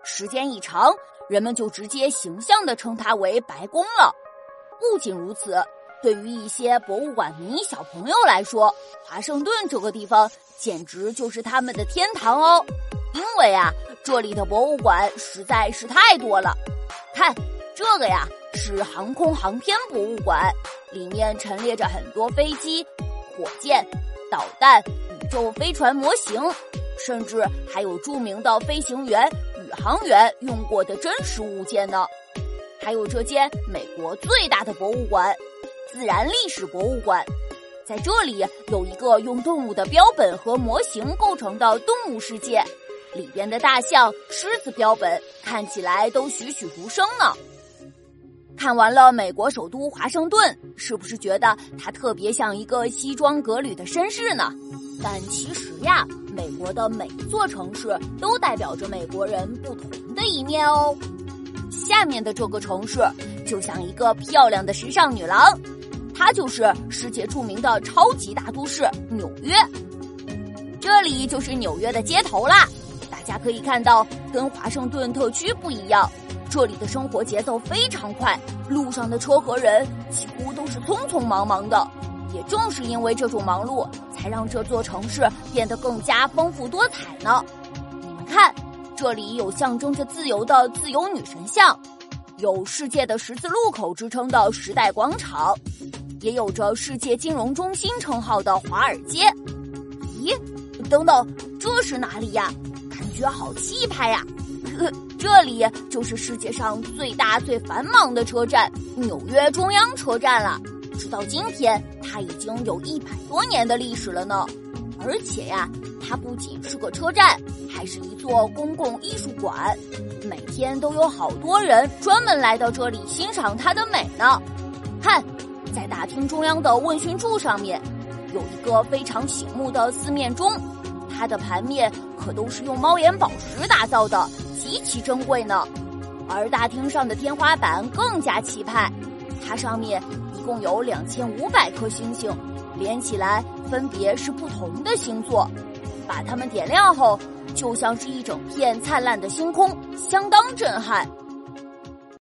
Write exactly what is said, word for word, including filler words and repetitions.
时间一长，人们就直接形象地称它为白宫了。不仅如此，对于一些博物馆迷小朋友来说，华盛顿这个地方简直就是他们的天堂哦。因为啊，这里的博物馆实在是太多了。看，这个呀是航空航天博物馆，里面陈列着很多飞机、火箭、导弹、宇宙飞船模型，甚至还有著名的飞行员、宇航员用过的真实物件呢。还有这间美国最大的博物馆——自然历史博物馆，在这里有一个用动物的标本和模型构成的动物世界，里边的大象、狮子标本看起来都栩栩如生呢。看完了美国首都华盛顿，是不是觉得它特别像一个西装革履的绅士呢？但其实呀，美国的每一座城市都代表着美国人不同的一面哦。下面的这个城市就像一个漂亮的时尚女郎，它就是世界著名的超级大都市纽约。这里就是纽约的街头啦，大家可以看到，跟华盛顿特区不一样，这里的生活节奏非常快，路上的车和人几乎都是匆匆忙忙的。也正是因为这种忙碌，才让这座城市变得更加丰富多彩呢。你们看，这里有象征着自由的自由女神像，有世界的十字路口之称的时代广场，也有着世界金融中心称号的华尔街。咦，等等，这是哪里呀？感觉好气派呀！呵，这里就是世界上最大最繁忙的车站——纽约中央车站了。直到今天，它已经有一百多年的历史了呢。而且呀，它不仅是个车站，还是一座公共艺术馆，每天都有好多人专门来到这里欣赏它的美呢。看，在大厅中央的问讯柱上面，有一个非常醒目的四面钟，它的盘面可都是用猫眼宝石打造的，极其珍贵呢。而大厅上的天花板更加气派，它上面一共有两千五百颗星星，连起来分别是不同的星座，把它们点亮后，就像是一整片灿烂的星空，相当震撼。